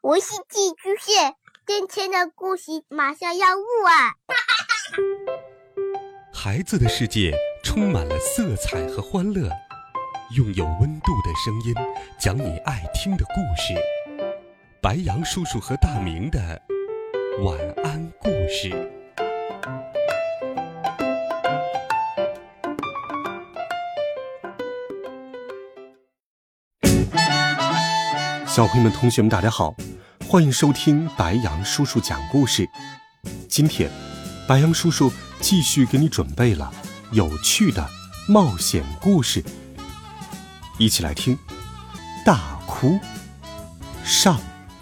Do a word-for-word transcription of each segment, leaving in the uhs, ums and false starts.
我是寄居蟹，今天的故事马上要录啊！ 孩子的世界充满了色彩和欢乐，用有温度的声音讲你爱听的故事。白羊叔叔和大明的晚安故事。小朋友们、同学们，大家好，欢迎收听白羊叔叔讲故事。今天，白羊叔叔继续给你准备了有趣的冒险故事，一起来听。大哭上。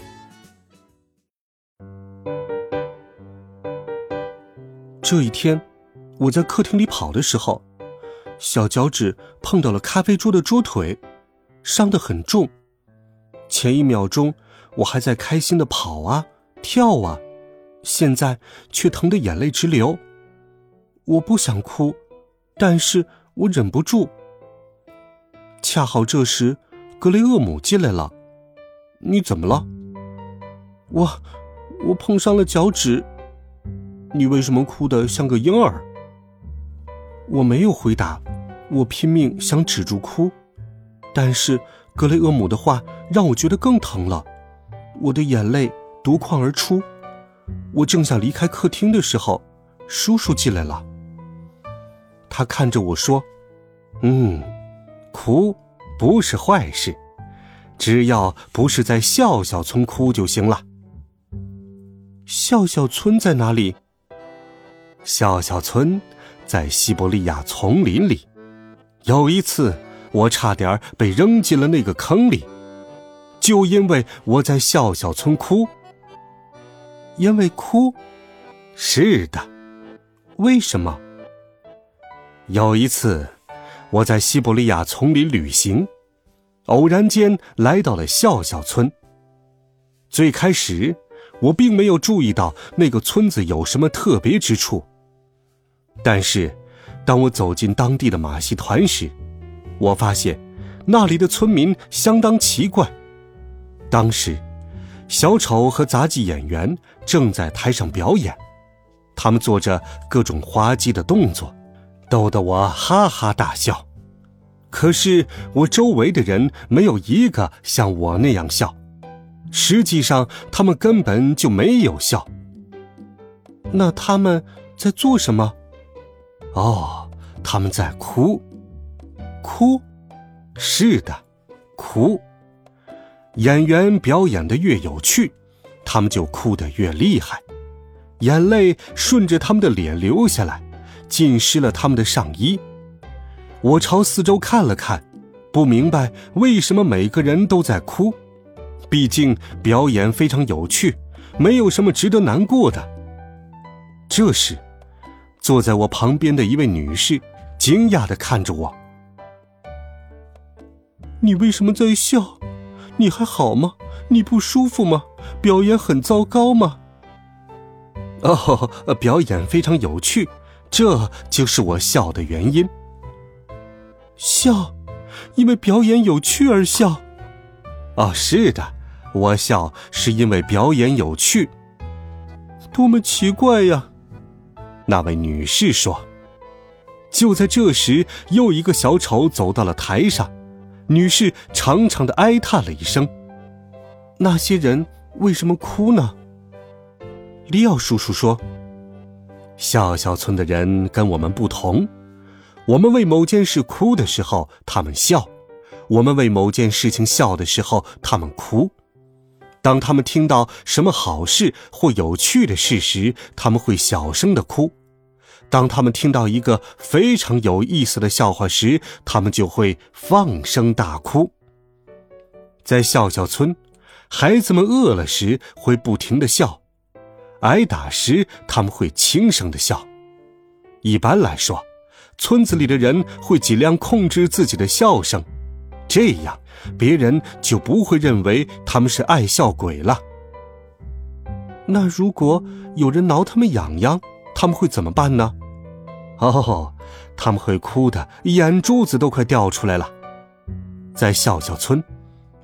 这一天，我在客厅里跑的时候，小脚趾碰到了咖啡桌的桌腿，伤得很重。前一秒钟我还在开心地跑啊跳啊，现在却疼得眼泪直流。我不想哭，但是我忍不住。恰好这时格雷厄姆进来了。你怎么了？我我碰伤了脚趾。你为什么哭得像个婴儿？我没有回答，我拼命想止住哭，但是格雷厄姆的话让我觉得更疼了，我的眼泪夺眶而出。我正想离开客厅的时候，叔叔进来了。他看着我说，嗯，哭不是坏事，只要不是在笑笑村哭就行了。笑笑村在哪里？笑笑村在西伯利亚丛林里。有一次我差点被扔进了那个坑里，就因为我在笑笑村哭。因为哭？是的。为什么？有一次我在西伯利亚丛林旅行，偶然间来到了笑笑村。最开始我并没有注意到那个村子有什么特别之处，但是当我走进当地的马戏团时，我发现那里的村民相当奇怪。当时小丑和杂技演员正在台上表演，他们做着各种滑稽的动作，逗得我哈哈大笑。可是我周围的人没有一个像我那样笑，实际上他们根本就没有笑。那他们在做什么？哦，他们在哭。哭？是的，哭。演员表演得越有趣，他们就哭得越厉害，眼泪顺着他们的脸流下来，浸湿了他们的上衣。我朝四周看了看，不明白为什么每个人都在哭，毕竟表演非常有趣，没有什么值得难过的。这时坐在我旁边的一位女士惊讶地看着我。你为什么在笑？你还好吗？你不舒服吗？表演很糟糕吗？哦，表演非常有趣，这就是我笑的原因。笑？因为表演有趣而笑？哦，是的，我笑是因为表演有趣。多么奇怪呀！那位女士说。就在这时，又一个小丑走到了台上，女士长长的哀叹了一声。那些人为什么哭呢？利奥叔叔说，笑笑村的人跟我们不同，我们为某件事哭的时候他们笑，我们为某件事情笑的时候他们哭。当他们听到什么好事或有趣的事时，他们会小声地哭。当他们听到一个非常有意思的笑话时，他们就会放声大哭。在笑笑村，孩子们饿了时会不停地笑，挨打时他们会轻声地笑。一般来说，村子里的人会尽量控制自己的笑声，这样别人就不会认为他们是爱笑鬼了。那如果有人挠他们痒痒，他们会怎么办呢？哦，他们会哭得眼珠子都快掉出来了。在笑笑村，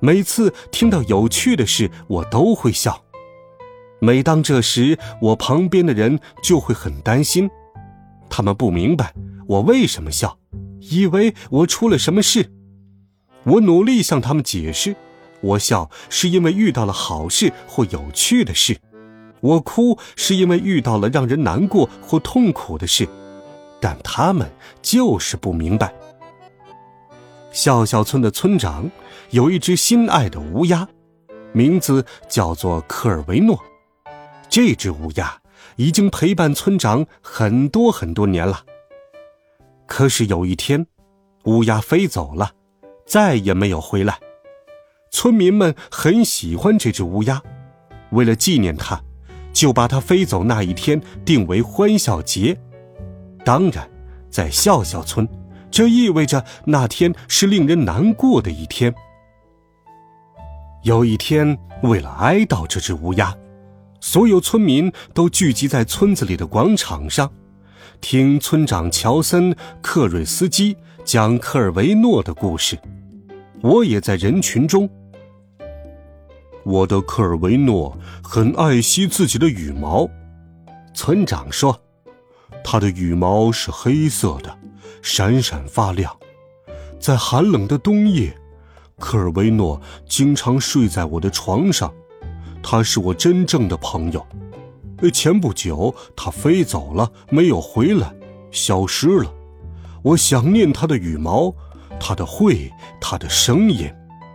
每次听到有趣的事，我都会笑。每当这时，我旁边的人就会很担心，他们不明白我为什么笑，以为我出了什么事。我努力向他们解释，我笑是因为遇到了好事或有趣的事，我哭是因为遇到了让人难过或痛苦的事，但他们就是不明白。笑笑村的村长有一只心爱的乌鸦，名字叫做科尔维诺。这只乌鸦已经陪伴村长很多很多年了。可是有一天，乌鸦飞走了，再也没有回来。村民们很喜欢这只乌鸦，为了纪念它，就把它飞走那一天定为欢笑节。当然，在笑笑村，这意味着那天是令人难过的一天。有一天，为了哀悼这只乌鸦，所有村民都聚集在村子里的广场上，听村长乔森·克瑞斯基讲科尔维诺的故事。我也在人群中。我的科尔维诺很爱惜自己的羽毛，村长说，他的羽毛是黑色的，闪闪发亮。在寒冷的冬夜，科尔维诺经常睡在我的床上，他是我真正的朋友。前不久他飞走了，没有回来，消失了。我想念他的羽毛，他的喙，他的声音。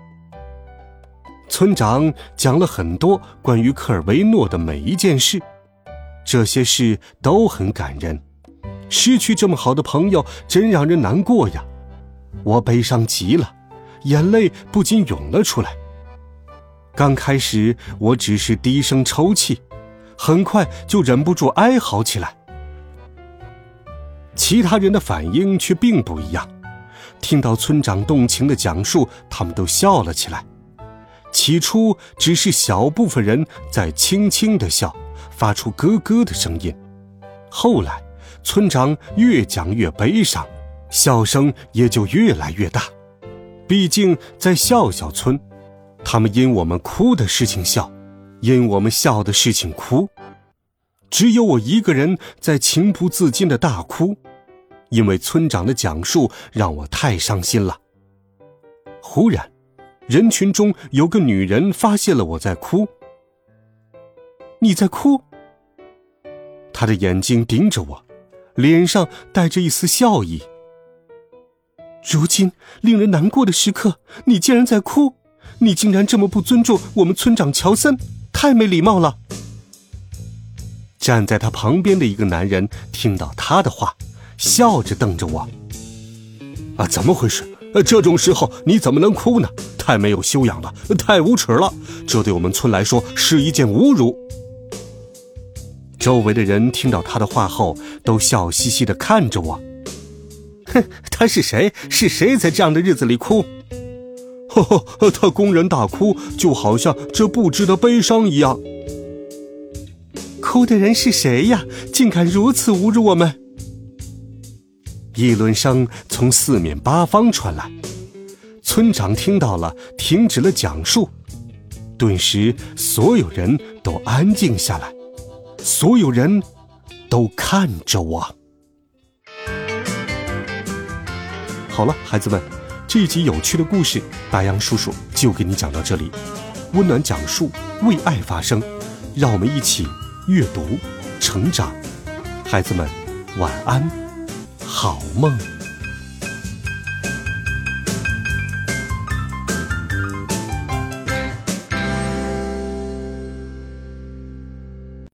村长讲了很多关于科尔维诺的每一件事，这些事都很感人。失去这么好的朋友真让人难过呀。我悲伤极了，眼泪不禁涌了出来。刚开始我只是低声抽泣，很快就忍不住哀嚎起来。其他人的反应却并不一样，听到村长动情的讲述，他们都笑了起来。起初只是小部分人在轻轻地笑，发出咯咯的声音，后来村长越讲越悲伤，笑声也就越来越大。毕竟在笑笑村，他们因我们哭的事情笑，因我们笑的事情哭。只有我一个人在情不自禁的大哭，因为村长的讲述让我太伤心了。忽然，人群中有个女人发现了我在哭。你在哭？她的眼睛盯着我，脸上带着一丝笑意。如今令人难过的时刻，你竟然在哭，你竟然这么不尊重我们村长乔森，太没礼貌了。站在他旁边的一个男人听到他的话，笑着瞪着我。啊，怎么回事？这种时候你怎么能哭呢？太没有修养了，太无耻了，这对我们村来说是一件侮辱。周围的人听到他的话后，都笑嘻嘻地看着我。哼，他是谁？是谁在这样的日子里哭？呵呵，他公然大哭，就好像这不值得悲伤一样。哭的人是谁呀？竟敢如此侮辱我们！议论声从四面八方传来，村长听到了，停止了讲述。顿时，所有人都安静下来，所有人都看着我。好了，孩子们，这一集有趣的故事，白杨叔叔就给你讲到这里。温暖讲述，为爱发声，让我们一起阅读成长。孩子们，晚安，好梦。